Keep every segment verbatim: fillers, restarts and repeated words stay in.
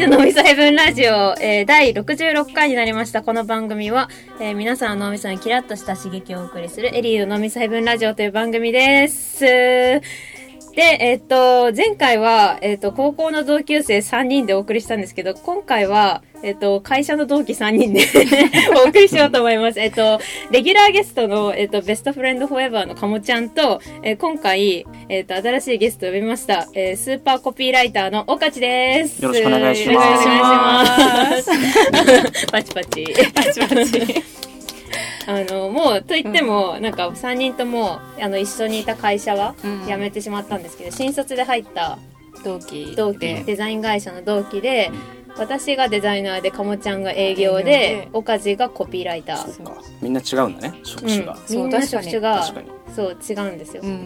ーの脳みそヘブンラジオ、えー、だいろくじゅうろっかいになりました。この番組は、えー、皆さんの脳みそにキラッとした刺激をお送りするエリーの脳みそヘブンラジオという番組です。で、えっと、前回は、えっと、高校の同級生さんにんでお送りしたんですけど、今回は、えっと、会社の同期さんにんでお送りしようと思います。えっと、レギュラーゲストの、えっと、ベストフレンドフォーエバーのかもちゃんと、えー、今回、えっと、新しいゲストを呼びました、えー、スーパーコピーライターの岡地です。 よろしくお願いします。 よろしくお願いします。パチパチ。パチパチ。あの、もう、と言っても、うん、なんか、さんにんとも、あの、一緒にいた会社は、辞めてしまったんですけど、うん、新卒で入った同期。 同期、デザイン会社の同期で、私がデザイナーで、かもちゃんが営業で、岡地がコピーライター。 そうか。みんな違うんだね、職種が。 うん、みんな職種が、そう、違うんですよ。うんうんうん、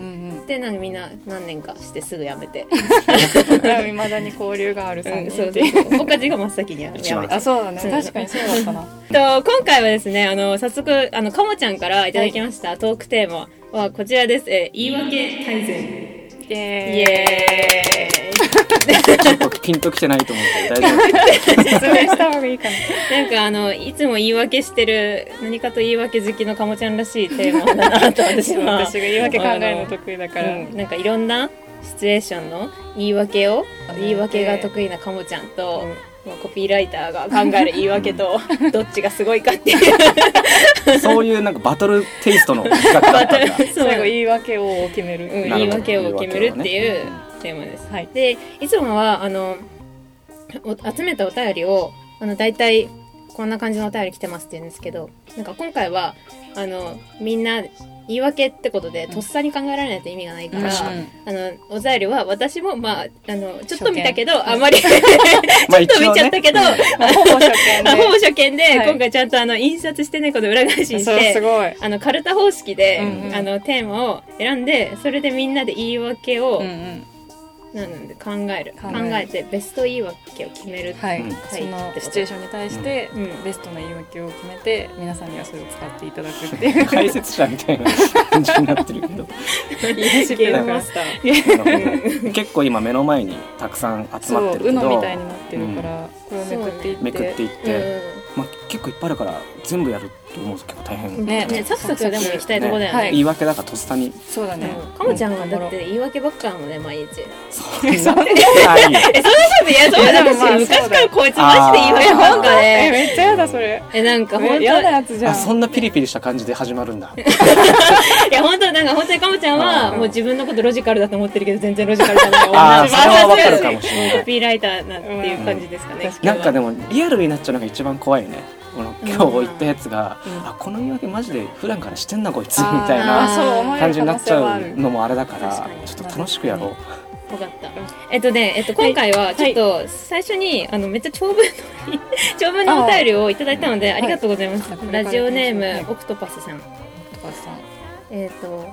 で、なんかみんな何年かしてすぐ辞めて。 未だに交流があるさんにん、 うん、そうそう。岡地が真っ先に辞めて。 あ、そうだね。確かにそうだったな。 と、今回はですね、あの、早速、あの、かもちゃんからいただきました、はい、トークテーマはこちらです。えー、言い訳改善。 イエーイ。 イエーイちょっとピンときてないと思うけど大丈夫。 説明した方がいいかな。 なんかあのいつも言い訳してる何かと言い訳好きのかもちゃんらしいテーマだなと私は私が言い訳考えるの得意だから、 うん、なんかいろんなシチュエーションの言い訳を言い訳が得意なかもちゃんと、うん、コピーライターが考える言い訳とどっちがすごいかっていうそういうなんかバトルテイストの企画だったんだ。 最後言い訳を決める、 うん、言い訳を決めるっていうテーマです、はい、でいつもはあの集めたお便りをあの大体こんな感じのお便り来てますって言うんですけど、なんか今回はあのみんな言い訳ってことでとっさに考えられないと意味がないから、うん、あのお便りは私もまああのちょっと見たけどあまりちょっと見ちゃったけど、ね、 ほぼ初見でほぼ初見で、はい、今回ちゃんとあの印刷してないことを裏返しにしてすごいあのカルタ方式で、うんうん、あのテーマを選んでそれでみんなで言い訳を、うんうんなので考える考えてベスト言い訳を決める、 はい、そのシチュエーションに対して、うん、ベストな言い訳を決めて皆さんにはそれを使っていただくっていう解説者みたいな感じになってるけどゲームマスター結構今目の前にたくさん集まってるけどそう ウノ みたいになってるから、うん、これをめくっていってめくっていって、うんまあ、結構いっぱいあるから全部やると思うと結構大変ねねサクサクでも行きたいところだよね、 ねはい、言い訳だからとっさにそうだねかもちゃんはだって言い訳ばっかなのね毎日そんなそんなこといやそうだ私昔からこいつマジで言い訳ばっかでえめっちゃやだそれえなんか本当やだやつじゃんあそんなピリピリした感じで始まるんだいや本当なんか本当にかもちゃんはもう自分のことロジカルだと思ってるけど全然ロジカルじゃないああそれはわかるかもしれないコピーライターなっていう感じですかね、 うん、なんかでもリアルになっちゃうのが一番怖いよねこの今日言ったやつが、うん、あこの言い訳マジで普段からしてんなこいつみたいな感じになっちゃうのもあれだからちょっと楽しくやろう。 分かった。えっとね、えっと、今回はちょっと最初にあのめっちゃ長文の長文のお便りをいただいたので あ, ありがとうございます、はい、ラジオネーム、はい、オクトパスさん。オクトパスさんえっと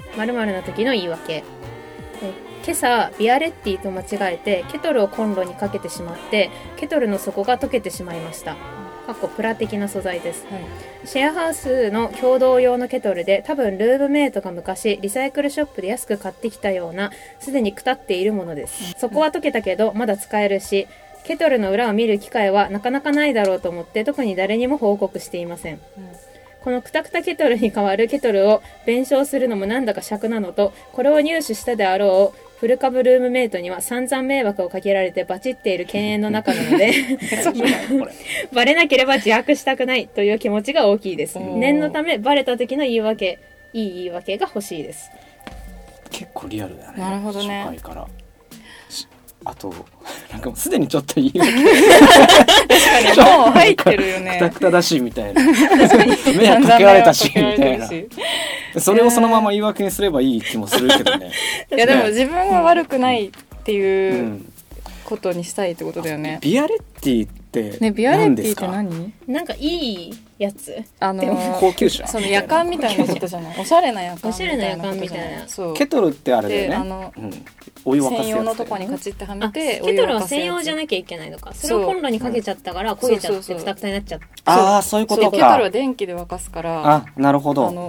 〇〇の時の言い訳え今朝ビアレッティと間違えてケトルをコンロにかけてしまってケトルの底が溶けてしまいました。かっこプラ的な素材です、はい、シェアハウスの共同用のケトルで多分ルームメイトが昔リサイクルショップで安く買ってきたようなすでにくたっているものです、うん、そこは溶けたけどまだ使えるしケトルの裏を見る機会はなかなかないだろうと思って特に誰にも報告していません、うんこのくたくたケトルに代わるケトルを弁償するのもなんだか尺なのとこれを入手したであろうフル株ルームメイトには散々迷惑をかけられてバチっている犬猿の中なのでバレなければ自白したくないという気持ちが大きいです。念のためバレた時の言い訳いい言い訳が欲しいです。 結構リアルだよね。 なるほどね。 初回からあとなんかもうすでにちょっと言い訳確かにもう入ってるよね。 くたくただしみたいな迷惑かけられたしみたいなそれをそのまま言い訳にすればいい気もするけどねいやでも自分は悪くないっていうことにしたいってことだよね、 うん、ビアレッティってね、ビアレッティって何？ なんかいいやつあのー、 高級車その夜間みたいなことじゃないおしゃれな夜間みたいなおしゃれな夜間みたいなそうケトルってあれだよねあの、うん、お湯沸かすやつ専用のとこにカチッてはめてケトルは専用じゃなきゃいけないのかそれをコンロにかけちゃったから焦げちゃってくたくたになっちゃったああそういうことかケトルは電気で沸かすからあなるほどあの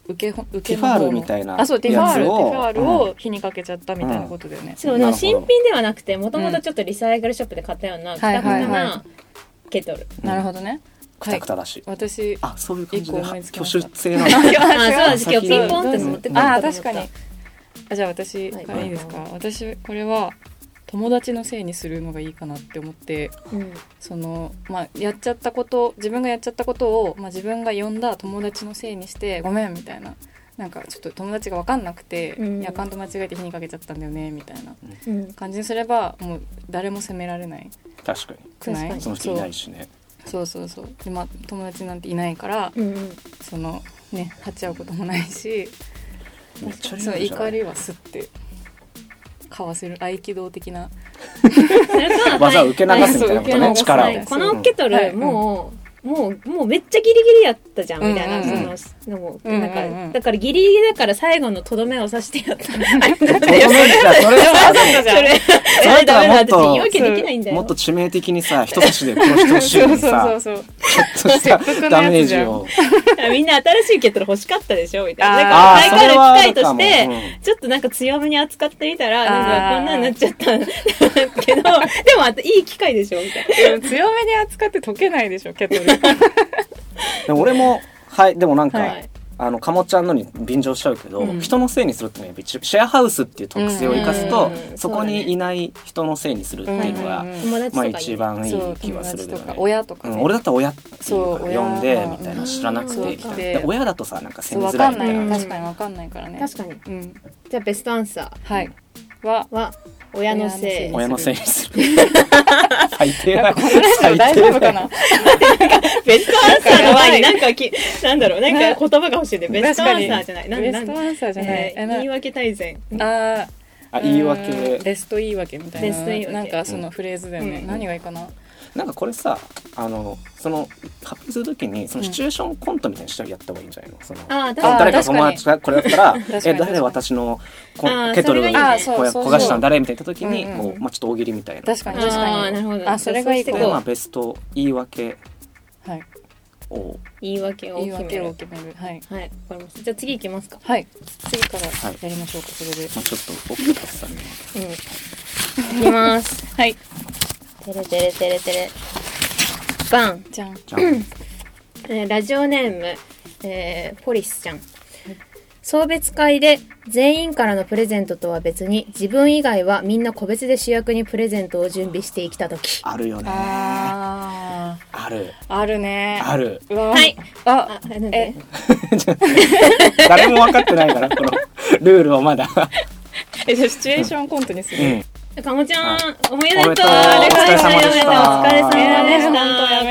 受け受けティファールみたいなあそうティファールティファールを火にかけちゃったみたいなことだよね、 うん、そうでも新品ではなくてもともとちょっとリサイクルショップで買ったようなくたくたなケトル、 なるほどね、 くたくただし、 はい、私あそういう感じで挙手制なんだあそうです今日ピンポンって持ってくるあ確かにあじゃあ私からいいですか、はい、私これは友達のせいにするのがいいかなって思って、うん、そのまあやっちゃったこと自分がやっちゃったことを、まあ、自分が呼んだ友達のせいにしてごめんみたいななんかちょっと友達が分かんなくて、うん、いやアカウント間違えて火にかけちゃったんだよねみたいな感じにすればもう誰も責められない。 確かにくない？ その人いないしね。 そうそうそうで、まあ、友達なんていないから、うん、そのね鉢合うこともないしめっちゃいいじゃん。 そう怒りはすってかわせる合気道的な技を受け流すみたいなことね、力を。 このケトル、はい、もうもうもうめっちゃギリギリやったじゃんみたいな、うんうんうん、そのもうなんか、うんうんうん、だからギリギリだから最後のとどめを刺してやった。とどめじゃそれはそれそれダメだって言い訳できないんだよ。 もっと致命的にさ人差しで殺してほしいのにさ、ちょっとしたダメージを。 みんな新しいケトル欲しかったでしょみたいな。なんか大会の機会として、うん、ちょっとなんか強めに扱ってみたらなんかこんなになっちゃったんだけど、でもいい機会でしょみたいな。 強めに扱って溶けないでしょケトル。 でも俺もはいでもなんか、はい、あのかもちゃんのに便乗しちゃうけど、うん、人のせいにするってのはシェアハウスっていう特性を生かすと、うんうん、そこにいない人のせいにするっていうのが、うんうん、まあ一番いい気はするよね。 親とか、ねうん、俺だったら親っていうから呼んでみたいな知らなくてみたいな。親だとさなんか責めづらいみたいな。 確かに分かんないからね。 確かに、うん、じゃあベストアンサー、 はい、はは親のせい親のせいにする。最低だ。 このラジオ大丈夫かな。 ベストアンサーの前になんかきなんだろうなんか言葉が欲しいでベストアンサーじゃない。 ベストアンサーじゃない。 言い訳大全。 ああ言い訳。 ベスト言い訳みたいな。なんかそのフレーズだよね。何がいいかな。 なんかこれさあのその発表するときにそのシチュエーションコントみたいにしたらやった方がいいんじゃないの。そのあ誰か友達がこれだったらえ誰私のケトルに焦がしたん誰みたいな時にこうまあちょっと大喜利みたいな。 確かに確かに。あそれがいいかも。まあベスト言い訳を言い訳を決める。 言い訳を決める。はいはい。わかりました。じゃあ次行きますか。 はい。次からやりましょうかそれで。 まあちょっとオクトパスさんに。 うん。行きます。 はい。 てれてれてれてれ。バンじゃん、 えー、ラジオネーム、えー、ポリスちゃん。送別会で全員からのプレゼントとは別に自分以外はみんな個別で主役にプレゼントを準備してきたとき。 あるよね。 ああるあるね。 ある。 はいああなんで誰も分かってないからこのルールをまだえじゃあシチュエーションコントにする、うんかもちゃん、おめでとう。お疲れ様でした。 お疲れ様でした。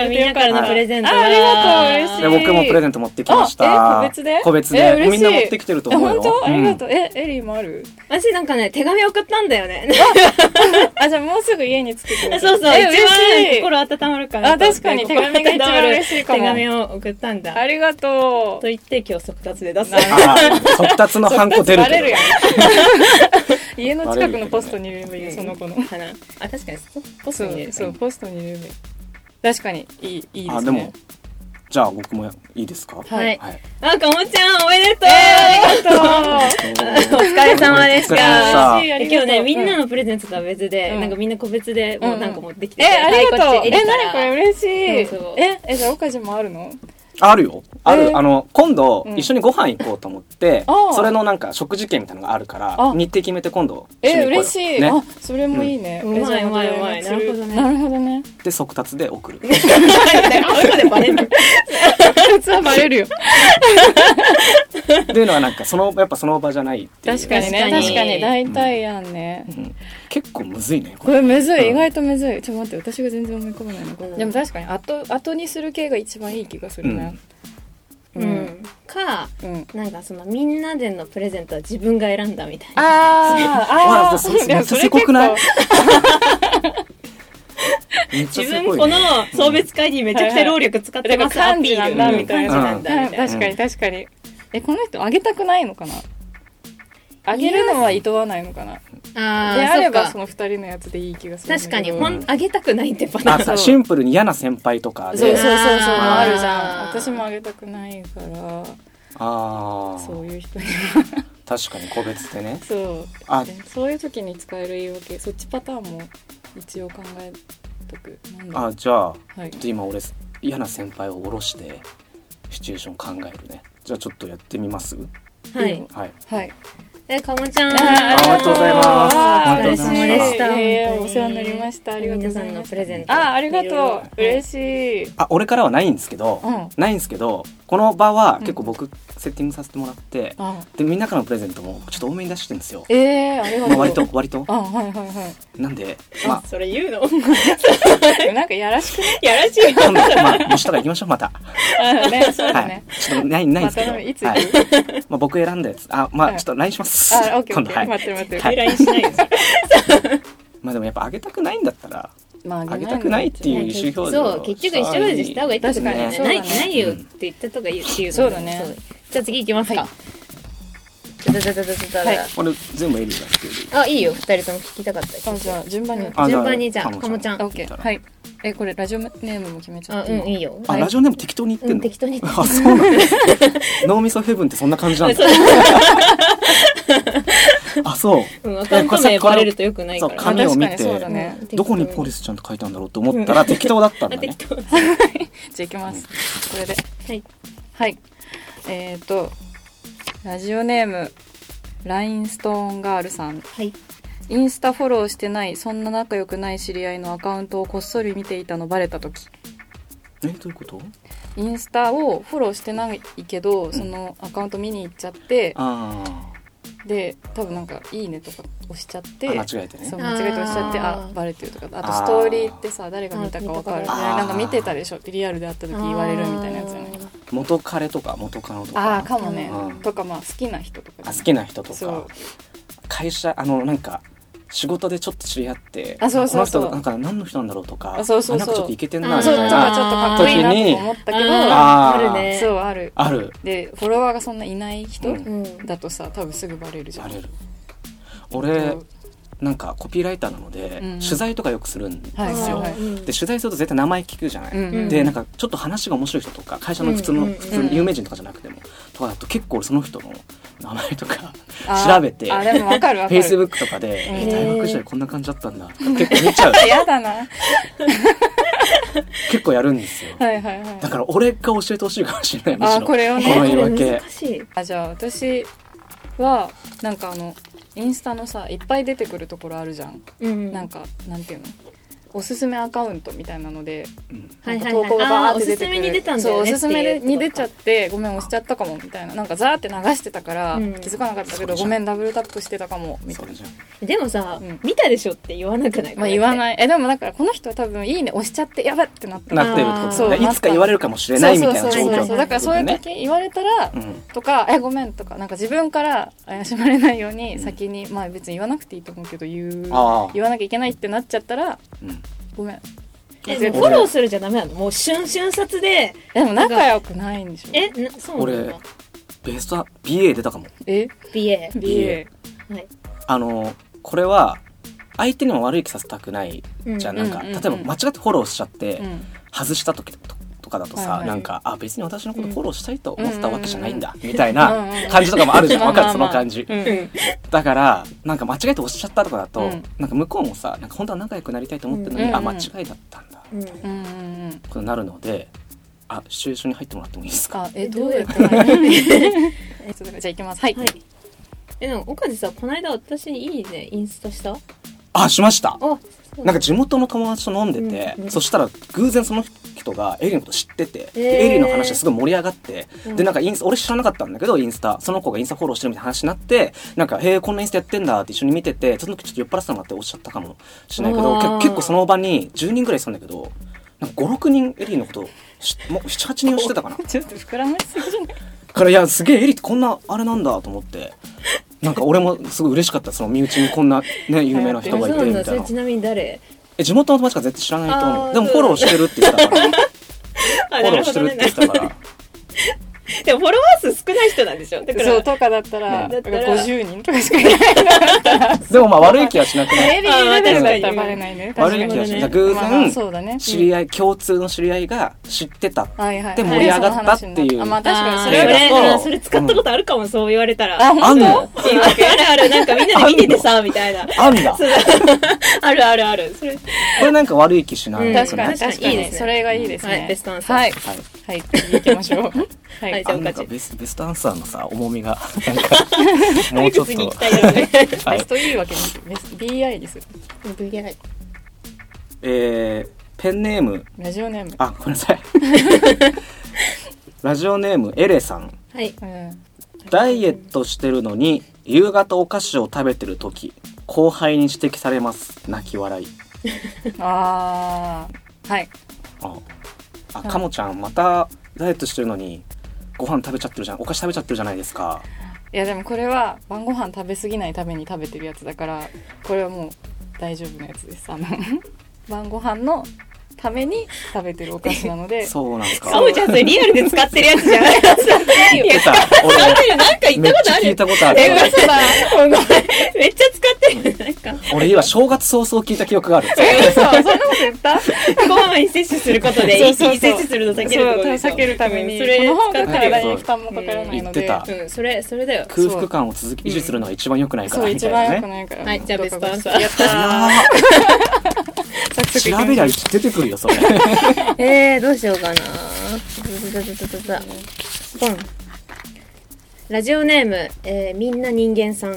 みんなからのプレゼントだ。 ありがとう、嬉しい。 僕もプレゼント持ってきました。 個別で個別で。みんな持ってきてると思うよ。 本当？ありがとう。え、エリーもある？ 私なんかね、手紙送ったんだよね。 あ、じゃあもうすぐ家に着くて。 そうそう、一番心温まるから。 あ、確かに手紙が一番嬉しいかも。 手紙を送ったんだ。 ありがとう。 と言って今日速達で出す。 速達のハンコ出るけど。 家の近くのポストに入れればいいよ、その子の。 あ、確かにポストに入れる。 そう、ポストに入れればいい。確かにいい、いいですね。あ、でもじゃあ僕もいいですか。 はい。あ、かもちゃんおめでとう。ありがとう。お疲れ様でした。今日ねみんなのプレゼントとは別で、なんかみんな個別でもうなんか持ってきて。 え、ありがとう。え、なにこれ嬉しい。え、え、じゃあ岡島あるの？ あるよ。ある。あの今度一緒にご飯行こうと思って、それのなんか食事券みたいなのがあるから日程決めて今度一緒に行こうよ。え、嬉しい。あ、それもいいね。 うまいうまいうまい。なるほどね。 なるほどね。 で速達で送る。 後でバレる。 普通はバレるよ。 っていうのはなんかそのやっぱその場じゃないっていう。 確かにね。確かに大体やんね。 結構むずいね。 これむずい。意外とむずい。ちょっと待って、私が全然思い浮かばないの。でも確かに後後にする系が一番いい気がするな。 うん、か、うん、なんかそのみんなでのプレゼントは自分が選んだみたいな。 ああ、 それめっちゃせこくない？ 自分この送別会にめちゃくちゃ労力使ってますアピールなんだみたいな。 確かに確かに。え、この人あげたくないのかな？あげるのはいとわないのかな。 あであればその二人のやつでいい気がする。 確かにほんあげたくないってパターン。 シンプルに嫌な先輩とかで。 そうそうそうそうあるじゃん。私もあげたくないから。 あそういう人に確かに個別でね。 そうあそういう時に使える言い訳、そっちパターンも一応考えとく。なんだあじゃあ、 はい、 ちょっと今俺嫌な先輩を下ろしてシチュエーション考えるね。じゃあちょっとやってみます。 はいはいはい。 えかもちゃん、 あありがとうございます。 お疲れ様でした。 えー、お世話になりました。ありがとうございます。 皆さんのプレゼント。 あ、ありがとう。嬉しい。 あ、俺からはないんですけど、 うん、 ないんですけど、この場は結構僕セッティングさせてもらって、 うん、 でみんなからのプレゼントもちょっと多めに出してるんですよ。 ええー、ありがとう。 まあ、割と割と。 あ、はいはいはい。 なんで、まあそれ言うの？ なんかやらしくね。 やらしい。 今度まあもしとか行きましょうまた。 あね、そうだね。 はい、ちょっとないないんですけど。 またいつ行く？はい、まあ僕選んだやつ。あ、まあちょっと ライン します。 あ、オッケーオッケー。 はい、 待ってる待ってる。 はい、 ライン しないです。 まあでもやっぱあげたくないんだったら。 まあ、 あげたくないっていう意思表示そう結局意思表示した方がいいってことだよね。ないないよって言ったとか言うっていう。 そうだね。 じゃあ次行きますか。はい、 これ全部エリーが好き。 あ、いいよ。二人とも聞きたかった。 あ、じゃあ順番に順番にじゃあかもちゃん。 オッケー。はい。え、これラジオネームも決めちゃって。 うん、いいよ。 あ、ラジオネーム適当に言ってんの？ 適当に。 あ、そうなんだ。脳みそヘブンってそんな感じなんだ。あ、そう。 うん、アカウント名バレるとよくないから。 紙を見てどこにポリスちゃんと書いたんだろうと思ったら適当だったんだね。 じゃあ行きます。これで。 はいはい。えっとラジオネームラインストーンガールさん。 はい。 インスタフォローしてない、そんな仲良くない知り合いのアカウントをこっそり見ていたのバレた時。 え、どういうこと？ インスタをフォローしてないけど、うん、そのアカウント見に行っちゃって、 あで多分なんかいいねとか押しちゃって、 間違えてね。 そう間違えて押しちゃって、あバレてるとか、あとストーリーってさ誰が見たか分かる、なんか見てたでしょってリアルで会った時言われるみたいなやつよね。 元彼とか元カノとか。 ああかもね、 うん、 とかまあ好きな人とか、ね、 あ好きな人とかそう会社あのなんか仕事でちょっと知り合って、 あそうそうそうこの人なんか何の人なんだろうとか、 あそうそうそうなんかちょっとイケてんなみたいな、ちょっとかっこいいなと思ったけど、 あるね。 そうあるある。 でフォロワーがそんないない人、うん、だとさ多分すぐバレるじゃん。 バレる。俺なんかコピーライターなので、うん、取材とかよくするんですよ、はいはいはい、で取材すると絶対名前聞くじゃない、うん、でなんかちょっと話が面白い人とか会社の普通の、うん、普通の有名人とかじゃなくてもとかだと結構その人の名前とか調べて、 あでも分かる分かる Facebook とかで、えー、大学時代こんな感じだったんだ結構見ちゃうやだな結構やるんですよ、 はいはいはい、 だから俺が教えてほしいかもしれない。むしろあこれをねこの言い訳。 あじゃあ私はなんかあのインスタのさいっぱい出てくるところあるじゃん、うん、なんかなんていうのおすすめアカウントみたいなので、うん、なんか投稿がバーって出てくる、 おすすめに出たんだよね。 そうおすすめに出ちゃってごめん押しちゃったかもみたいな、なんかザーって流してたから、うん、気づかなかったけどごめんダブルタップしてたかもみたいな。 でもさ、うん、見たでしょって言わなくない？ まあ言わない。えでもだからこの人は多分いいね押しちゃってやばってなったなってるってことそういつか言われるかもしれないみたいな状況。 そうそうそうそうだからそういう時言われたら、うん、とかえごめんとかなんか自分から怪しまれないように先に、うん、まあ別に言わなくていいと思うけど言う言わなきゃいけないってなっちゃったら、うん、ごめん。 えフォローするじゃダメなの？もう瞬瞬殺で。 でも仲良くないんでしょ？ えそうなんだ。 俺ベスト ビーエー 出たかも。 えビーエービーエーはいあのこれは相手にも悪い気させたくないじゃん、うん、なんか、うんうんうん、例えば間違ってフォローしちゃって、うん、外した時とかだとさ、はいはい、なんかあ別に私のことフォローしたいと思ってたわけじゃないんだ、うん、みたいな感じとかもあるじゃん。わかるその感じ、うん、だからなんか間違えて押しちゃったとかだと、うん、なんか向こうもさなんか本当は仲良くなりたいと思ってるのに、うん、あ間違いだったんだ、うんうん、ことになるのであシチュエーションに入ってもらってもいいですか？ あえどうやってじゃあ行きます。はい、はい、 えでも岡地さこの間私にいいねインスタした？ あしました。なんか地元の友達と飲んでて、うんうん、そしたら偶然その人がエリーのこと知ってて、えー、エリーの話ですごい盛り上がって、うん、でなんかインス俺知らなかったんだけどインスタその子がインスタフォローしてるみたいな話になってなんかへえこんなインスタやってんだって一緒に見ててその時ちょっと酔っ払ってたのかっておっしゃったかもしれないけど結構その場にじゅうにんぐらいいたんだけどなんかごろくにんエリーのこともうななはちにんを知ってたかなちょっと膨らましすぎじゃないからいやすげえエリーってこんなあれなんだと思ってなんか俺もすごい嬉しかったその身内にこんなね有名な人がいてみたいな。 それちなみに誰？ え地元の友達が絶対知らないと思う。でもフォローしてるって言ってたからフォローしてるって言ってたからででもフォロワー数少ない人なんでしょ。だからそうとかだったら、 だったらごじゅうにんとかしかいないでもまあ悪い気はしなくない。 エビレベルだったらバレないね。 悪い気はしない。偶まあまあそうだね然知り合い、共通の知り合いが知ってたはいはいで盛り上がったっていう。 あ、まあ確かにあーそれはそれそうそれ使ったことあるかも、そう言われたら。 あ、 あ本んの当？ いいわけあるある、なんかみんなで見ててさみたいな。 あんだ。 そうあるあるある。それこれなんか悪い気しないくない。 確かに確かにいいですねそれがいいですね。 はいベストアンサーはいはい。 はい次行きましょう。ははいい。 じゃあおかち。 あなんかベスベストアンサーのさ重みがなんかもうちょっと普通に行きたいよね。 はいベストいいわけです。ベスト ビーアイ です。 ブリアイ。 えー、ペンネームラジオネーム。 あごめんなさいラジオネームエレさん。 はい。 うん。 ダイエットしてるのに夕方お菓子を食べてる時後輩に指摘されます。泣き笑い。 あーはい。 ああかもちゃんまたダイエットしてるのにご飯食べちゃってるじゃん、お菓子食べちゃってるじゃないですか。 いやでもこれは晩ご飯食べ過ぎないために食べてるやつだから、これはもう大丈夫なやつです。あの晩ご飯のために食べてるお菓子なので。 そうなんですか。 かもちゃんそれリアルで使ってるやつじゃない。使ってないよ。 言ってた。俺なんか言っめったちゃことあるよ。 聞いたことある。 え、嘘だ。ごめん。めっちゃ使ってる。なんか。 俺今正月早々聞いた記憶がある。 え嘘そんなこと言った？ ご飯に摂取することで一気に摂取するの避けるってことでしょ。 そう避けるためにそれこの方が使ってるよ。 体に負担もかからないので。 言ってたうん、それそれだよ。 空腹感を続き維持するのは一番良くないからみたそう一いなね。 番良くないから。 はいじゃあベストアンサーやったあー。 ー調べりゃ出てくるよそれ。 えー、どうしようかな。ポン。ラジオネーム、えー、みんな人間さん。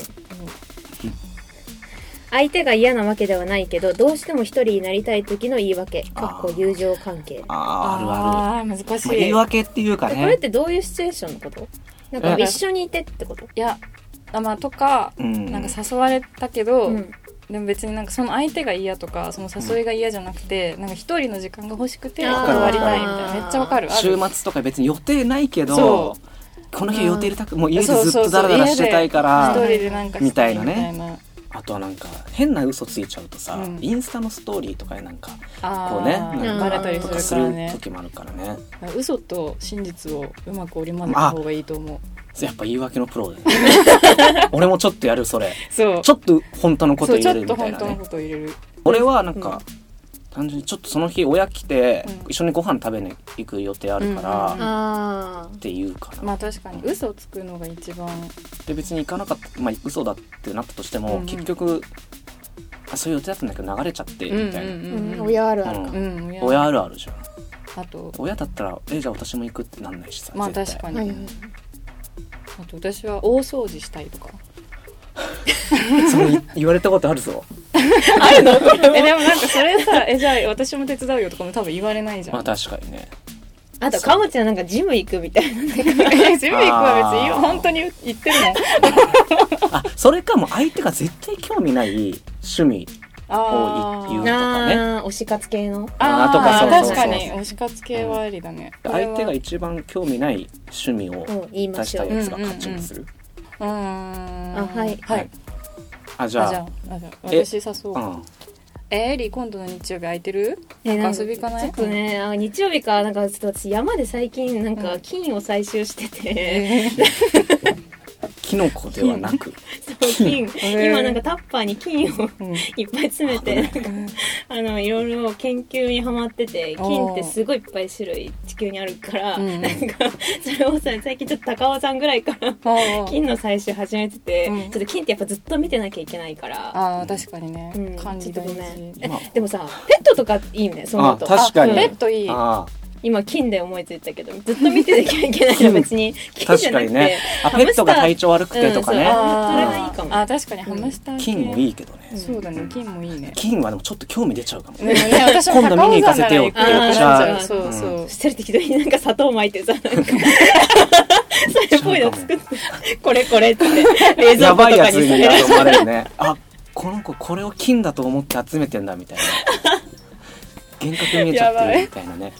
相手が嫌なわけではないけど、どうしても一人になりたい時の言い訳。かっこ友情関係。 あーあるああー難しる。まあ、 い。 言い訳っていうかこれっね。 てどういうシチュエーションのこと？なんか一緒にいてってこと？ いや、あまあとか、 うんなんか誘われたけど、 うんでも別になんかその相手が嫌とかその誘いが嫌じゃなくて、なんか一人の時間が欲しくてあー断りたいみたいな、めっちゃわかる。ある週末とか別に予定ないけどそ、 この日予定入れたくもう家でそうそうそうずっとダラダラしてたいか一ら。 人でなんかしたみたいなねみたいな。 あとはなんか変な嘘ついちゃうとさ、 うんインスタのストーリーとかでなんかあーこうねなんバレたりするとかするからね。 時もあるからね。 嘘と真実をうまく織り交ぜた方がいいと思う。 やっぱ言い訳のプロだよね。俺もちょっとやるそれ。 そう。 ちょっと本当のことそうちょ入れるっと本当のみたいなね。 ことを入れる。 俺はなんか、単純にちょっとその日親来て、 うん一緒にご飯食べに行く予定あるから、 うんうんあって言うかな。 まあ確かに嘘をつくのが一番。 で別に行かなかった、まあ嘘だってなったとしても、 うんうん結局あそういう予定だったんだけど流れちゃってみたいな、 あ、うん、親あるあるか。 うんうん。 親あるあるじゃん。 あと親だったらえじゃあ私も行くってなんないしさ。 まあ絶対確かに。 はいはいあと私は大掃除したいとか。 それ言われたことあるぞ。 えでもなんかそれさえじゃあ私も手伝うよとかも多分言われないじゃん。 まあ確かにね。 あとかもちゃんなんかジム行くみたいな。 えジム行くは別にいいよあー本当に言ってるもん。 あそれかも相手が絶対興味ない趣味あー言うとかねあー推し活系の。 あーとかそうそうそう確かに推し活系はありだね。これは相手が一番興味ない趣味をうん言いま出ししょう。 たやつが勝ちにする。 うーんあはいはい。 あじゃああじゃああじゃあえ私誘おうか。 うんえー、エリー今度の日曜日空いてる？ えなんか遊び行かない？ ちょっとね、あ日曜日か、なんかちょっと私山で最近なんか金を採集してて、 えーキノコではなくそう金、 へー今なんかタッパーに金をうんいっぱい詰めて、なんかあのいろいろ研究にハマってて、金ってすごいいっぱい種類地球にあるから、 うんなんかそれをさ最近ちょっと高尾さんぐらいから金の採集始めてて、 うんちょっと金ってやっぱずっと見てなきゃいけないから。 ああ確かにね、 うん管理大ちょっとごめん事。 えまあでもさペットとかいいね、そのあ後。 確かにあうんペットいい。 あ今金で思いついたけどずっと見てなきゃいけないの別に金じゃなくて確かにねあペットが体調悪くてとかね、 うんそうあーそれがいいかもあー確かにハムスター系金もいいけどね、 そうだね金もいいね。 金はでもちょっと興味出ちゃうかも、 ねね私も今度見に行かせてよって高尾山なら行く言っちゃうそうそうそしたら適当になんか砂糖巻いてさなんかそれっぽいの作ってこれこれって冷蔵やばい庫とかにやつにさ思われるねあこの子これを金だと思って集めてんだみたいな幻覚見えちゃってるみたいなね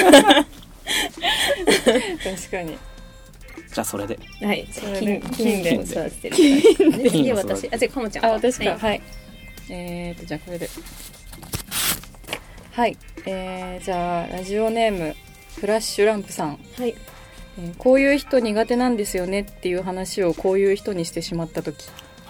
確かに。 じゃあそれではいそれで金金で金育ててるからで次金を育て私あじゃあかもちゃんあ私かははいい、えーとじゃあこれではいえー、じゃあラジオネームフラッシュランプさん、 はいええー、こういう人苦手なんですよねっていう話をこういう人にしてしまった時。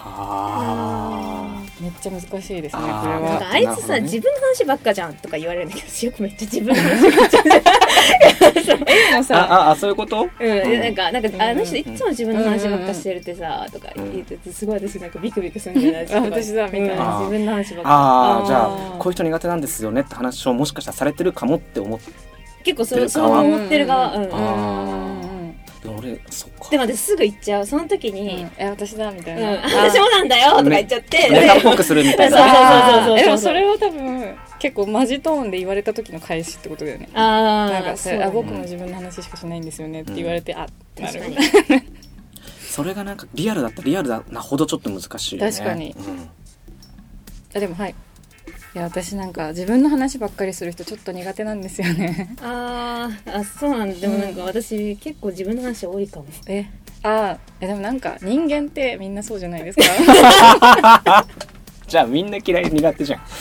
あめっちゃ難しいですねこれあは。 なんかあいつさ、ね、自分の話ばっかじゃんとか言われるんだけど、よくめっちゃ自分の話ばっかじゃんえもさああそういうこと？ うん、なんかなんか、うん、あの人いつも自分の話ばっかしてるってさ、うん、とか言ってて、すごい私なんかビクビクするんじゃないですか。 私だみたいな、 うん、自分の話ばっか。 ああじゃあこういう人苦手なんですよねって話をもしかしたらされてるかもって思って。 結構そうそう思ってる側。うんうんあでも俺そっか。 でも私すぐ言っちゃう。その時に、 うん、え私だみたいな、 うん、私もなんだよとか言っちゃって、 ネタっぽくするみたいな。 そうそうそうそうそう。 でもそれは多分結構マジトーンで言われた時の返しってことだよね。 あなんかそう、 あ僕も自分の話しかしないんですよねって言われて、うん、あ確かにそれがなんかリアルだったらリアルなほどちょっと難しいよね。 確かに、 うん、 あでもはいいや私なんか自分の話ばっかりする人ちょっと苦手なんですよね。 ああそうなんだ。でもなんか私、うん、結構自分の話多いかも。 えあえでもなんか人間ってみんなそうじゃないですか。 じゃあみんな嫌い苦手じゃん。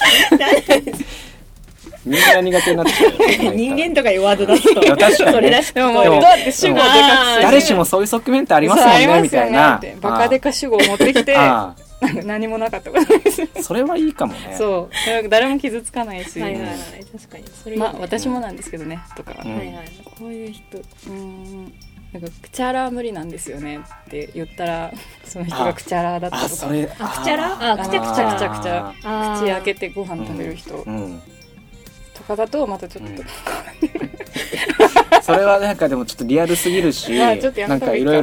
みんな苦手になってる。 人間とかいうワード出すと。 確かに、ね、 それらしくでももうどうやって主語をでかくする。 誰しもそういう側面ってありますもんねみたいな。 バカでか主語を持ってきて。なんか何もなかったことです。 それはいいかもね。 そう誰も傷つかないし、 はいはいはい、確かにそれいい、 ね、まあ私もなんですけどね、うん、とか、 はいはい、 こういう人うーんなんかクチャラー無理なんですよねって言ったらその人がクチャラーだったとか。 あそれあクチャラあクチャクチャクチャクチャ口開けてご飯食べる人、うんうん、とかだとまたちょっと、うん、 それはなんかでもちょっとリアルすぎるし、 まあ、ちょっとやめなんかた方がいいかいろいろ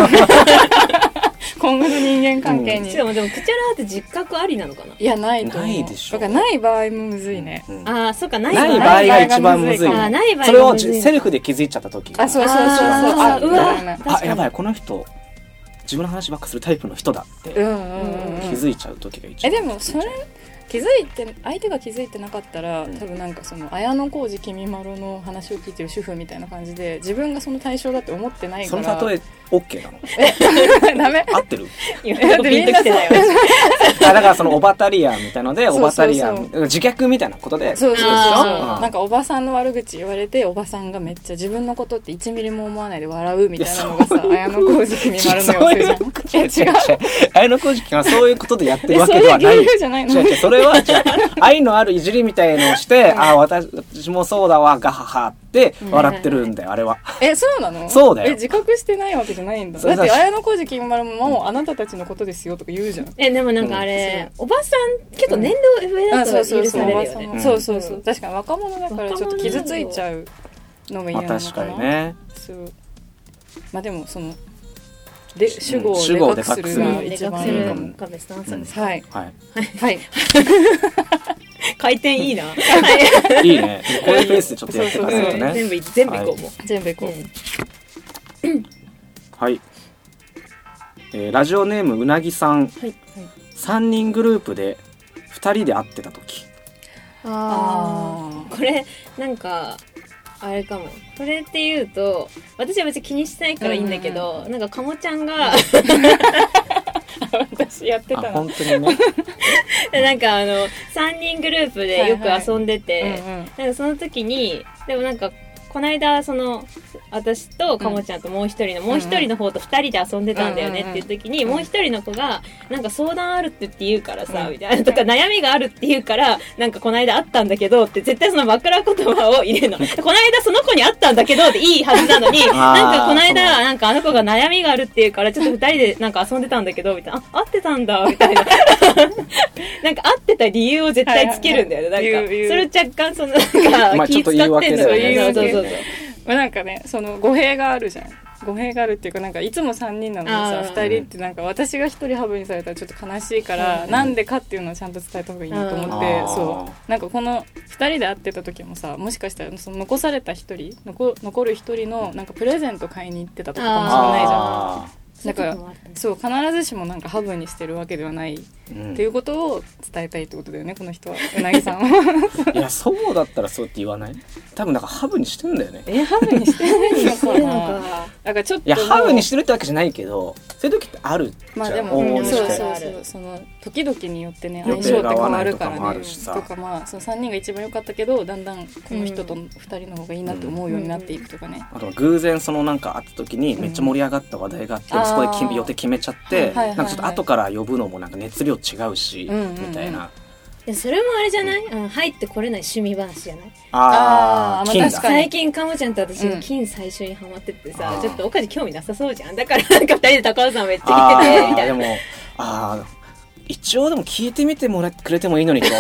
今後の人間関係に、 うん、でもでもクチャラーって自覚ありなのかな。 いやないと思う。 ないでしょ。 だからない場合もむずいね、 うん、ああそうかないない場合が一番むずい。 あない場合それをセルフで気づいちゃった時あそうそうそうそうあうわあやばいこの人自分の話ばっかするタイプの人だって気づいちゃう時が一番。 えでもそれ気づいて相手が気づいてなかったら、うん、多分なんかその綾小路きみまろの話を聞いてる主婦みたいな感じで自分がその対象だって思ってないから。 その例え OK なの？ えダメ？ 合ってる？ いやピンときてないよ。 あだからそのオバタリアンみたいのでオバタリアンそうそうそう自虐みたいなことで。 そうそうそう。なんかおばさんの悪口言われておばさんがめっちゃ自分のことっていちミリも思わないで笑うみたいなのがさ綾小路きみまろの様子じゃん。え違う。 綾小路きみはそういうことでやってるわけではない。 そういうじゃないの。 違う違うそれは愛のあるいじりみたいのをして、あ私私もそうだわガハハって笑ってるんだよ、あれは。 えそうなの？ そうだよ。 え自覚してないわけじゃないんだ。だって綾小路きみまろももうあなたたちのことですよとか言うじゃん。 えでもなんかあれ、うん、おばさん結構年齢上だと許されるよね。 そうそうそう。確かに若者だからちょっと傷ついちゃうのが嫌なのかな。 まあ、確かにね。 そうまあでもそので主語をでかくするのが一番いいかも。 がベストアンサーです。 はいはいはい。 回転いいな。 いいね。こういうペースでちょっとやっていかないとね。 全部全部いこうもう。 全部いこう。 はい。えー、ラジオネームうなぎさん。はい。さんにんグループでふたりで会ってた時。 ああ。これなんか。あれかもこれって言うと私は別に気にしてないからいいんだけど、うんうん、なんかかもちゃんが私やってたの本当にねなんかあのさんにんグループでよく遊んでて、はいはいうんうん、なんかその時にでもなんかこの間その私とかもちゃんともう一人の、うん、もう一人の方と二人で遊んでたんだよねっていう時に、うんうん、もう一人の子がなんか相談あるってって言うからさ、うん、みたいなとか悩みがあるって言うからなんかこの間あったんだけどって絶対その枕言葉を入れるのこの間その子に会ったんだけどっていいはずなのになんかこの間なんかあの子が悩みがあるって言うからちょっと二人でなんか遊んでたんだけどみたいなあ会ってたんだみたいななんか会ってた理由を絶対つけるんだよね、はいはいはい、なんかそれ若干そのなんか気使ってんのよね。そうそうそうそうまあ、なんかねその語弊があるじゃん。語弊があるっていうかなんかいつもさんにんなのにさふたりってなんか私がひとりハブにされたらちょっと悲しいから、うん、なんでかっていうのをちゃんと伝えた方がいいなと思って、うん、そうなんかこのふたりで会ってた時もさもしかしたらその残されたひとり 残, 残るひとりのなんかプレゼント買いに行ってたとかかもしれないじゃん。だからそう必ずしもなんかハブにしてるわけではない、うん、っていうことを伝えたいってことだよねこの人はうなぎさんは。 いやそうだったらそうって言わない？多分なんかハブにしてんだよね。 えハブにしてないのかな。 だからちょっといやハウにしてるってわけじゃないけど、そういう時ってあるまあでも、 往々にしてそうそうそうその時々によってね相性って変わるからねとか、まあそのさんにんが一番良かったけどだんだんこの人とふたりの方がいいなって思うようになっていくとかね、 あとは偶然そのなんか会った時にめっちゃ盛り上がった話題があって、うん、そこでき予定決めちゃって、なんかちょっと後から呼ぶのもなんか熱量違うし、うんうんうん、みたいな。 それもあれじゃない、うん、入ってこれない趣味話じゃない。 ああ、 まあ、確かに最近かもちゃんと私、うん、金最初にハマってってさ、ちょっとおかじ興味なさそうじゃん。だからなんかふたりで高尾さんめっちゃ聞いててみたいな。 でもあ一応でも聞いてみてもらってくれてもいいのにと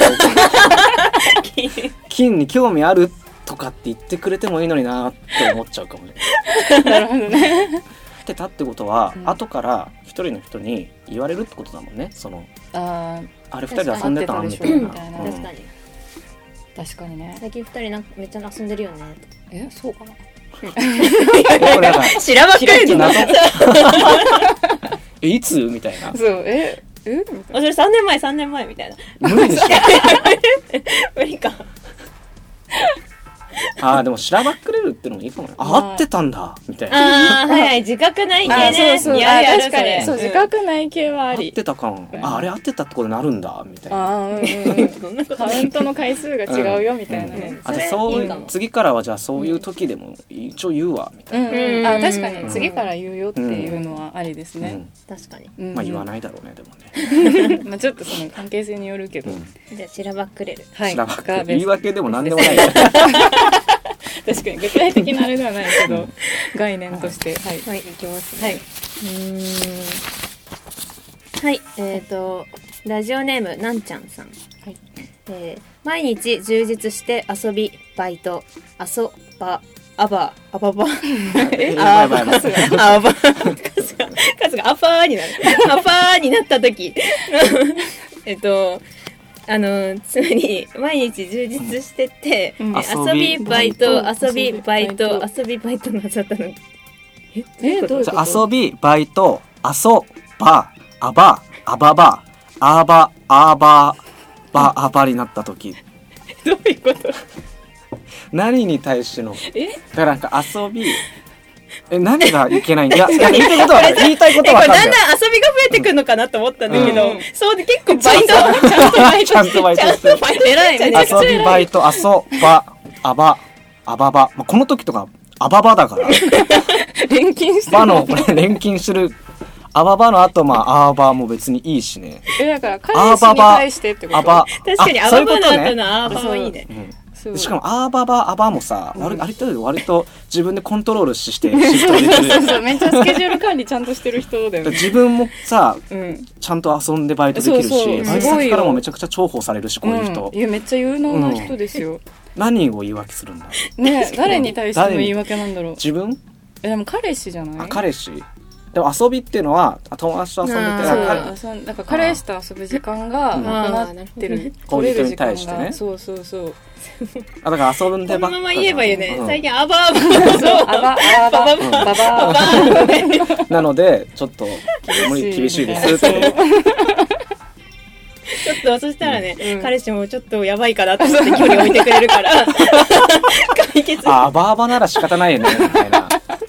金に興味あるとかって言ってくれてもいいのになって思っちゃうかもね。 なるほどね。 ってたってことは、うん、後から一人の人に言われるってことだもんね。そのああれ二人で遊んでたんみたいな。確かに、 確かにね。 最近二人なんかめっちゃ遊んでるよね。 え、そうかな。 知らばっかりの。 え、いつみたいな。 そう、え、え、 それ三年前三年前みたいな。 無理でしょ。 無理か。 ああでもしらばっくれるってのもいいかもね。あ、合ってたんだみたいな。ああはいはい、自覚ない系ね。 そうそう、あ確かにそう、自覚ない系はあり。 合ってたかん。ああれ合ってたってことになるんだみたいな。 ああうんうん。カウントの回数が違うよみたいなね。 あじゃそういう次からはじゃあそういう時でも一応言うわみたいな。 うんあ確かに次から言うよっていうのはありですね。 確かに。 まあ言わないだろうねでもね。まあちょっとその関係性によるけど。 じゃあしらばっくれる。 はい。しらばっくれる。言い訳でもなんでもない。 確かに具体的なあれではないけど概念としてはい、 はい、いきます、 ね、はい、うーんはいえっ、ー、とラジオネームなんちゃんさん、はいえー、毎日充実して遊びバイト遊ばあばあばばえあばかすがあばかすがかすがあばーになるあばーになった時えっとあのつまり毎日充実してて、うん、遊びバイト遊びバイト遊びバイトのはずだったのにええどういうこと遊びバイト遊ばあばあばばあばあばばあばになった時どういうこと何に対してのえだからなんか遊びえ何がいけないんいや、いや言いたいことは言いたいことはだんだん遊びが増えてくるのかなと思ったんだけど、うん、そうで結構バイトちゃんとバイトちゃんとバイトして偉いね遊びバイト遊ばあばあばば、まあ、この時とかあばばだから連勤してるばのこれ連勤してるあばばの後まああばも別にいいしねえだから彼氏に対してってことあば確かにあばばの後のあばもいいねしかもアーババアバもさ、うん、割と割と自分でコントロールしてシフト入れてるそうそうめっちゃスケジュール管理ちゃんとしてる人だよね自分もさ、うん、ちゃんと遊んでバイトできるしそうそうバイト先からもめちゃくちゃ重宝されるしこういう人、 うん、いやめっちゃ有能な人ですよ、うん、 何を言い訳するんだね誰に対しての言い訳なんだろう自分えでも彼氏じゃないあ彼氏でも遊びっていうのは友達と遊んでてそうなんか彼氏と遊ぶ時間がなくなってる恋人に対してねそうそうそうあだから遊んでばっかこのまま言えばいいね、うん、最近アバアバそうアバアバババババなのでちょっと厳しいですってちょっとそしたらね、うん、彼氏もちょっとやばいかなと思って距離置いてくれるから解決あアバアバなら仕方ないよねみたいな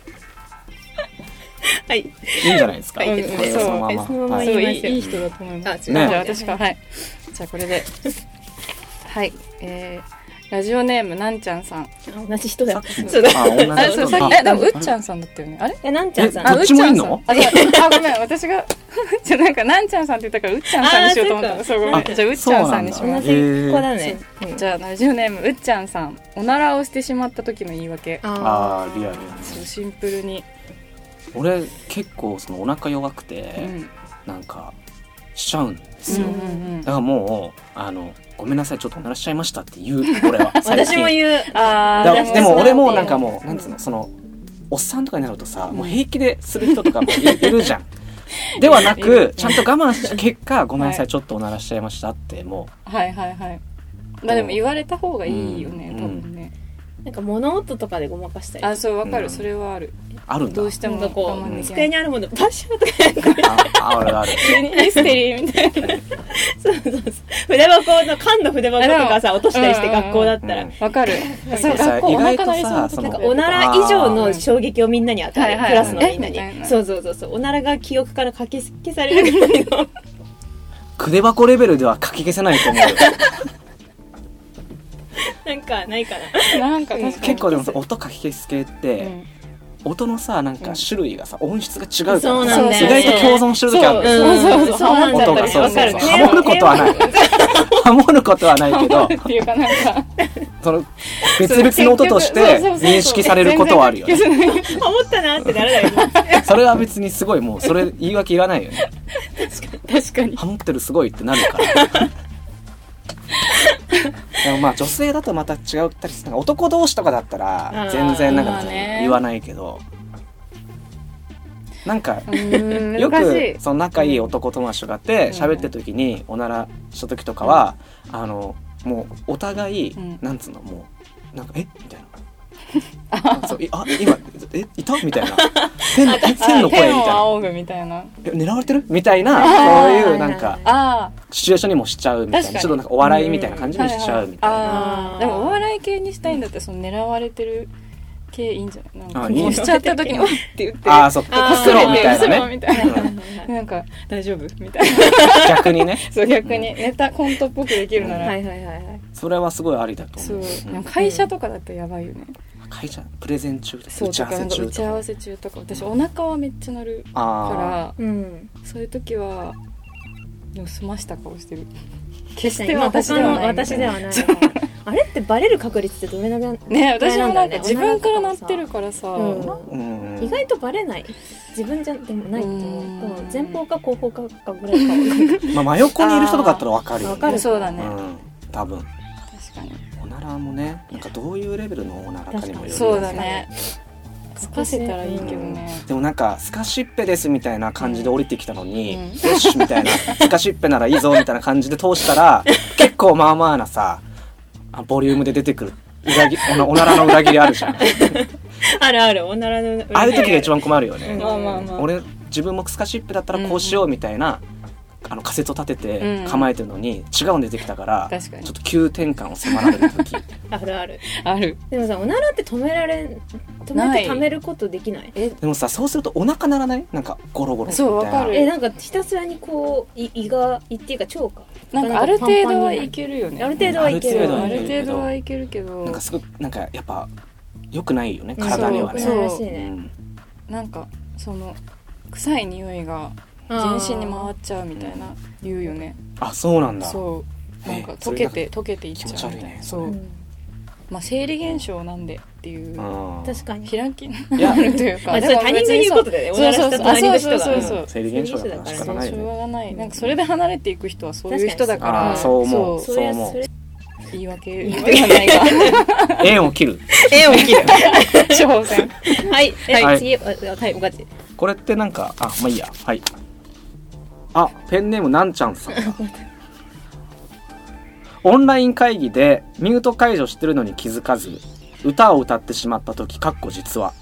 はい、 いいんじゃないですか。 うん、そう、そのまま、 はい、そういい、いい人だと思います。ね、じゃあ私から、はい、じゃあこれで、はい、えー、ラジオネームなんちゃんさん。 同じ人だよ。 そうだ。あ、そうさっき、え、でもうっちゃんさんだったよね。あれ？ え、なんちゃんさん。 あ、どっちもいいの？ あ、ごめん、私がじゃなんかなんちゃんさんって言ったからうっちゃんさんにしようと思った。そうごめん。じゃあうっちゃんさんにします。 同じ子だね。 じゃあラジオネームうっちゃんさん。おならをしてしまった時の言い訳。 ああ、リアル。 そうシンプルに。 俺結構そのお腹弱くて、うん、なんかしちゃうんですよ、うんうんうん、だからもうあのごめんなさいちょっとおならしちゃいましたって言う俺は私も言うあでも、でも俺もなんかもうなんつうのそのおっさんとかになるとさ、うん、もう平気でする人とかも い, いるじゃんではなくちゃんと我慢した結果ごめんなさい、はい、ちょっとおならしちゃいましたってもうはいはいはいまあでも言われた方がいいよね、うん、多分ね、 なんか物音とかでごまかしたりあそうわかる、うん、それはあるあるんだ。 どうしてもなんかこう、 我慢できない、 机にあるものバッシャーとかああるある。 急にヒステリーみたいなそうそうそう。筆箱の缶の筆箱とかさ落としたりして学校だったら。 わかる。そうさ学校お意外と腹なりそうなさことなんかおなら以上の衝撃をみんなに与える、 はいはいクラスのみんなに、 えそうそうそうそう、おならが記憶からかき消されるぐらいの筆箱レベルでは書き消せないと思うよ。 なんかないかな。なんか確かに結構でもさ音書き消す系って、 うん音のさなんか種類がさ、音質が違うからさ、 そうなんだよね意外と共存してる時あるんですよ。 そうそうそう、そうなんだよね。 音がそうそうわかる。 ハモることはないハモることはないけど、 っていうかなんかその別々の音として認識されることはあるよね。 ハモったなってならないよね。 それは別にすごい、もうそれ言い訳いらないよね。 確かにハモってるすごいってなるからでもまあ女性だとまた違ったりする。なんか男同士とかだったら全然なんか言わないけど、なんかよくその仲いい男友達とかって喋ってる時におならした時とかは、あのもうお互いなんつうの、もうなんかえみたいなそうあ今えいたみたいな天の天の声みたいな、 天を仰ぐみたいな、 え狙われてるみたいな、そういうなんかあシチュエーションにもしちゃうみたいな、ちょっとなんかお笑いみたいな感じにしちゃうみたいな。 あでもお笑い系にしたいんだって、その狙われてる系いいんじゃない？なんかあいいもうしちゃった時にわって言って、 ああそっか、 隠れてみたいなねみたいな、なんか大丈夫みたいな逆にねそう逆にネタコントっぽくできるなら、 はいはいはいはい。 それはすごいありだとそう思う。 でも会社とかだったらやばいよね。 会社プレゼン中とかそう打ち合わせ中打ち合わせ中とか、私お腹はめっちゃ鳴るあから、 うん。 そういう時はでも済ました顔してる。決し決してて私ではない。私ではない。あれってバレる確率ってどれなの？ ね、私もなんか自分から鳴ってるからさ、 うんうん意外とバレない。自分じゃでもないと思う。 うんでも前方か後方かかぐらいか分かる。 まあ真横にいる人とかだったら分かるよね。 わかるそうだね、 うん多分確かにおならもね、なんかどういうレベルのおならかにもよる。 そうだね。すかせたらいいけどね。 でもなんかスカシッペですみたいな感じで降りてきたのに、 うんよしみたいなスカシッペならいいぞみたいな感じで通したら結構まあまあなさあボリュームで出てくる裏切おなおならの裏切りあるじゃん。 あるある、おならの。 ああいう時が一番困るよね。 まあまあまあ。 俺自分もスカシッペだったらこうしようみたいな、あの仮説を立てて構えてるのに、違うの出てきたからちょ確かにっと急転換を迫られる時あるある。 ある。 でもさ、おならって止められ止めて溜めることできない？ え、 でもさ、そうするとお腹鳴らない？なんかゴロゴロみたいな。 そうわかるえ、なんかひたすらにこうい胃が胃っていうか腸か。 なんかある程度はいけるよね。 ある程度はいける。 うんある程度はいけるけど、 なんかすごいなんかやっぱ良くないよね、体にはね。 そうらしいね。 うんなんかその臭い匂いが全身に回っちゃうみたいな言うよね。 あ、そうなんだ。 そうなんかえ溶けて溶けていっちゃうみたいな。 気持ち悪いねそう、 うんまあ生理現象なんでっていううん確かに。 開きにいやなるというか、 まあそれ他人が言うことでね、おならした隣の人が。 そうそうそうそう生理現象だから仕そうしょう方ないよね。 がない。なんかそれで離れていく人はそういう人だから、 あーそう思うそそれそう思うそれ言い訳ではないが縁を切る。 絵を切る。 処方箋。 はい、 はいはい、次、あはい、おかち。 これってなんか、あ、まあいいや。はい。あ、ペンネームなんちゃんさんだ。オンライン会議でミュート解除してるのに気づかず歌を歌ってしまった時、かっこ実は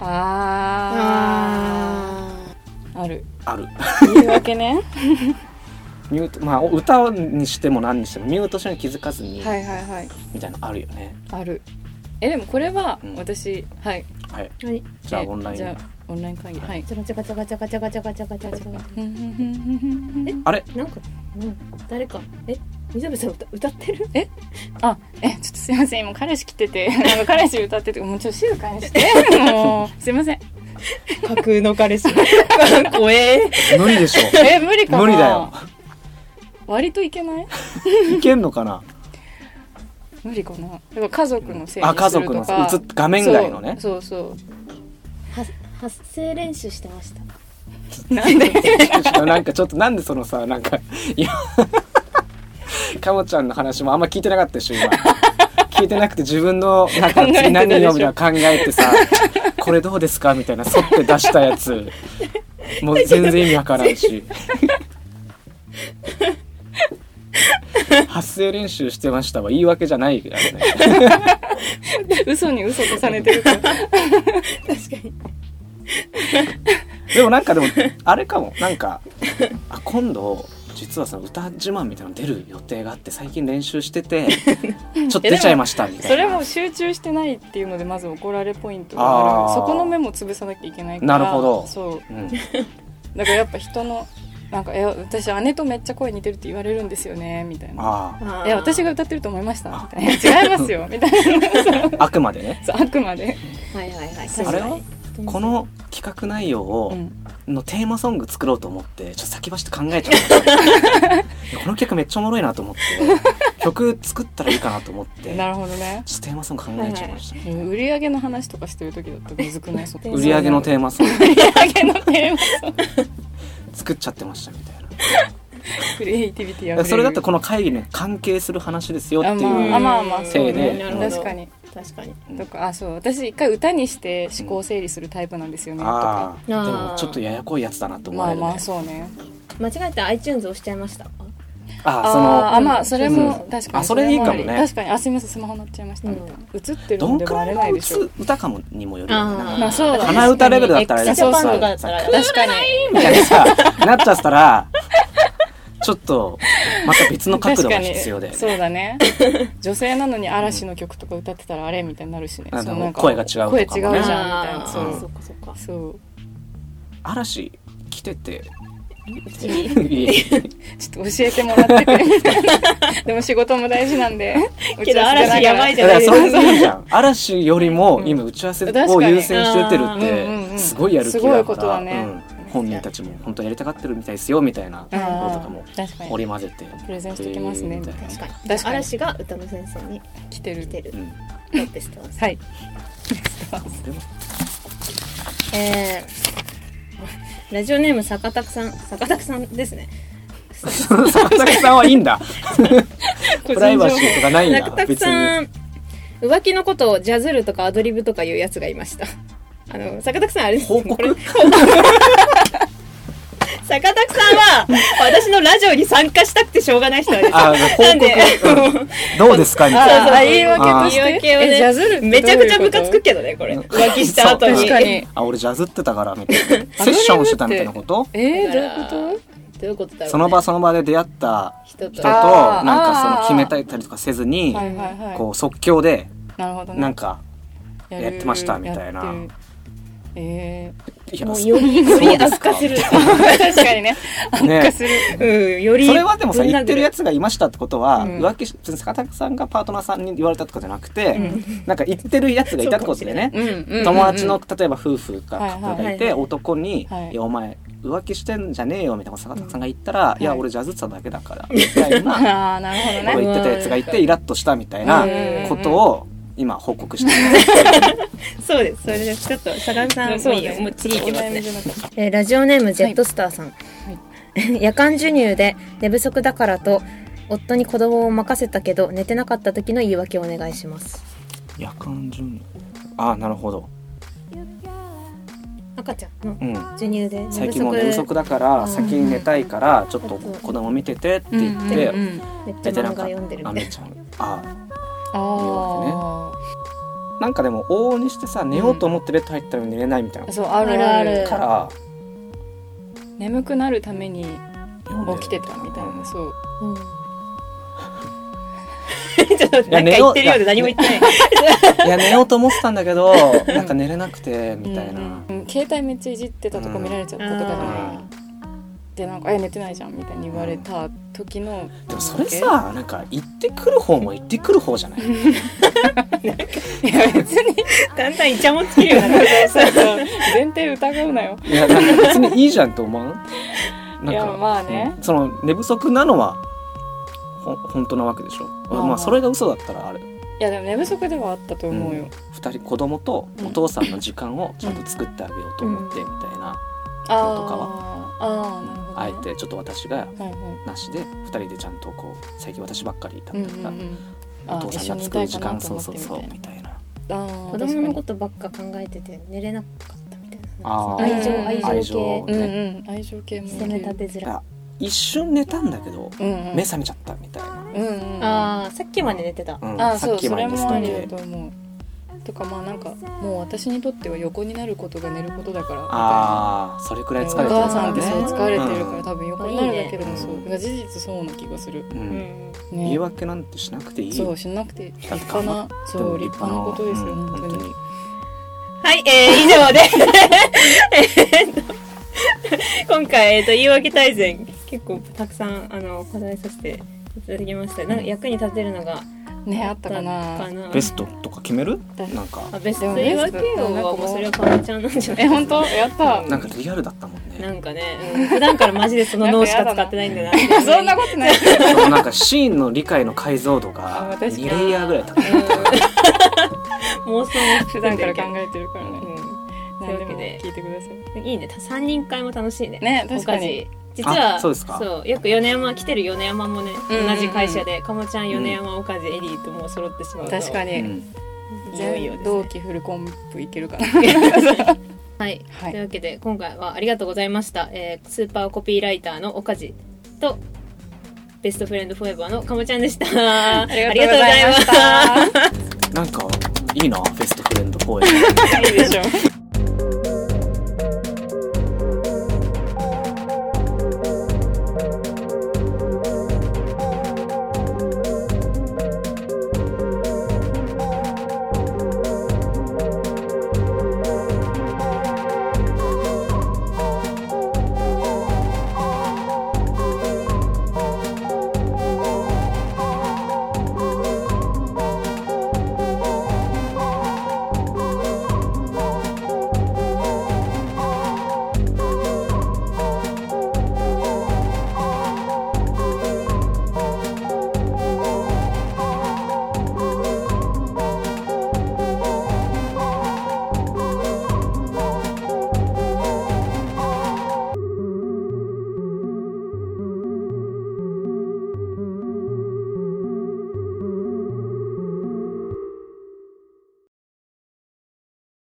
あーある。 ある。 言い訳ね。 ミュート、まあ歌にしても何にしてもミュートしてるのに気づかずに、 はいはいはい。 みたいなのあるよね。 ある。えでもこれはうん私、はい。 はい。 はい。 じゃあえオンライン。 じゃあオンライン会議。はい。 ガチャガチャガチャガチャガチャガチャガチャガチャガチャ。え、 あれ？ なんか、うん、誰か、え、水部さん歌歌ってる？ あ、え、ちょっとすいません、今彼氏来てて、なんか彼氏歌ってて、もうちょっと静かにして。もう、すいません。 架空の彼氏。怖え。 無理でしょ。 え、無理かな。 無理だよ。 割といけない？ いけんのかな。 無理かな。だから家族のせいにするとか。 あ、家族の映っ画面外のね。 そうそうは発声練習してました。 そう。なんで？ なんかちょっとなんでそのさ、なんか今かもちゃんの話もあんま聞いてなかったでしょ今。聞いてなくて自分のなんか次何言おうみたいな考えてさ、これどうですかみたいな沿って出したやつ、もう全然意味わからんし。発声練習してましたは言い訳じゃないからね。 嘘に嘘重ねてるから。 確かに。 でもなんかでもあれかもなんかあ今度実はその歌自慢みたいなの出る予定があって最近練習しててちょっと出ちゃいましたみたいな。 それも集中してないっていうのでまず怒られポイントがある。そこの目も潰さなきゃいけないから。なるほど。 そう、うん、だからやっぱ人のなんかいや私姉とめっちゃ声似てるって言われるんですよねみたいな。あいや私が歌ってると思いましたみたいな。違いますよみたいな。 あくまでね。 そうあくまで。 はいはいはい。 あれはこの企画内容を、うんのテーマソング作ろうと思ってちょっと先走って考えちゃったこの曲めっちゃおもろいなと思って曲作ったらいいかなと思ってなるほどねちょっとテーマソング考えちゃいました、 はいはい、売り上げの話とかしてる時だとむずくない売り上げのテーマソング売り上げのテーマソング作っちゃってましたみたいなクリエイティビティあふれるそれだってこの会議に関係する話ですよっていうせいで確かに確かにとかあそう私一回歌にして思考整理するタイプなんですよね、うん、とかでもちょっとややこいやつだなと思われる、ね、 まあまあそうね間違えて iTunes 押しちゃいましたあそのあまあそれも、うん、確かにそれいいかもね確かにあすみませんスマホ鳴っちゃいましたみたいな、うん、映ってるんでバレないでしょどんくらいの歌かもにもよるよねまあそうだ鼻歌レベルだったらねそうそうだったら確かにみたいなさなっちゃったらちょっとまた別の角度が必要で、ね、 そうだね女性なのに嵐の曲とか歌ってたらあれみたいになるしね、 うん、その声が違うとかもね声違うじゃんみたいなそう、 うん、そっかそっかそう嵐来ててちょっと教えてもらってくれでも仕事も大事なんでけど嵐やばいじゃないですか。 それいいじゃん嵐よりも今打ち合わせを優先して出てるってすごいやる気だから、 すごいことだね、 うん本人たちも本当にやりたがってるみたいですよみたいなこととかも織り交ぜてプレゼンしてきますねみたいな。 確かに確かに嵐が歌の先生に来てる来てる、うん、だって知ってますはいえー、ラジオネーム坂田さん坂田さんですね坂田さんはいいんだプライバシーとかないんだ坂田さん浮気のことをジャズルとかアドリブとかいうやつがいましたあの坂田さんあれです報告坂田さんは私のラジオに参加したくてしょうがない人なんですよ。 あ報告、うん、どうですかみたいな。 言い訳として言い訳をね、ジャズルめちゃくちゃムカつくけどねこれ。浮気した後に。 確かに。 あ俺ジャズってたからみたいな。セッションしてたみたいなこと？ えー、どういうこと？ どういうことだろう、ね。 その場その場で出会った人となんかその決めたりとかせずに、はいはいはい、こう即興でなるほどね、 なんかやってましたみたいな。 えー、もうよりより悪化する確かにね悪化する、 ね、うん、よりそれはでもさ言ってるやつがいましたってことは、うん、浮気し坂田さんがパートナーさんに言われたとかじゃなくて、うん、なんか言ってるやつがいたってことでね、友達の例えば夫婦かカップルがいて、はいはい、男に、はい、いやお前浮気してんじゃねえよみたいな坂田さんが言ったら、うん、いや俺ジャズってただけだからみたいなあなるほどね言ってたやつがいてイラッとしたみたいなことを今報告してます。 そうです。それでちょっと坂上さんもいいよ。もう次行きますね。えー、ラジオネームジェットスターさん。はいはい、夜間授乳で寝不足だからと夫に子供を任せたけど寝てなかった時の言い訳をお願いします。 夜間授乳。ああなるほど。 赤ちゃんの授乳で、うん、 最近もう寝不足だから先に寝たいからちょっと子供見ててって言って、うんうんうん、 寝てなかった。 あめちゃんああなんかでも往々にしてさ寝ようと思ってベッド入ったら寝れないみたいな、 うん、そうあるあるから眠くなるために起きてたみたいなそう、うん、 ちょっとなんか言ってるようで何も言ってないいや寝ようと思ってたんだけどなんか寝れなくてみたいな、うんうん、携帯めっちゃいじってたとこ見られちゃったとかじゃない、うんでなんかえ寝てないじゃんみたいに言われた時の、 うん、でもそれさなんか行ってくる方も行ってくる方じゃないいや別にだんだんイチャモンつけるようなそうそう前提疑うなよいやなんか別にいいじゃんと思うなんかいやまあねその寝不足なのはほ本当なわけでしょ、まあ、まあそれが嘘だったらあれいやでも寝不足ではあったと思うよ、うん、 ふたり子供とお父さんの時間をちゃんと作ってあげようと思ってみたいなのとかは、 うん、ああなるほどあえてちょっと私がなしでふたりでちゃんとこう最近私ばっかりいたんだから、うんうんうん、お父さんが作る時間そうそうそうみたいなあ子供のことばっか考えてて寝れなかったみたいなあ愛情愛情系、 ねうんうん、愛情系も攻め立てづら一瞬寝たんだけど、うんうん、目覚めちゃったみたいな、 うんうん、あさっきまで寝てた、 うん、 あさっきまで寝てたそれもありだと思うとかまあなんかもう私にとっては横になることが寝ることだからみたいな。 ああそれくらい疲れてるお母さんってそう疲れてるから、 うん、 多分横になるだけでもそう、 うん、 だから事実そうな気がする、 うんね、 言い訳なんてしなくていい。 そうしなくて立派なそう立派なことですよ、うん、本当に。 はい、えー、以上でえっと今回、えー、と言い訳大全結構たくさんあのお答えさせていただきました。なんか役に立てるのがねあったかな。 かなベストとか決める？なんかあベスト言い訳をもうそれはかまちゃんなんじゃない？ え本当やった。 なんかリアルだったもんね。 なんかね、うん、普段からマジでその脳しか使ってないんだな。 いやそんなことない。 そうなんかシーンの理解の解像度がにレイヤーぐらい高い。 妄想も普段から考えてるからね。 というわけで聞いてください。 いいね。さんにん会も楽しいね。 ね確かに。 実はそうですか。 そうよく米山来てる米山もね、 うんうんうん、 同じ会社でかもちゃん米山岡地エリーともう揃ってしまうと確かに、うん、 いよいよですね。 同期フルコンプいけるかな。 はい、はい、というわけで今回はありがとうございました、えー、スーパーコピーライターの岡地とベストフレンドフォーエバーのかもちゃんでした。ありがとうございました。 なんかいいなベストフレンドフォーエバー。 いいでしょ。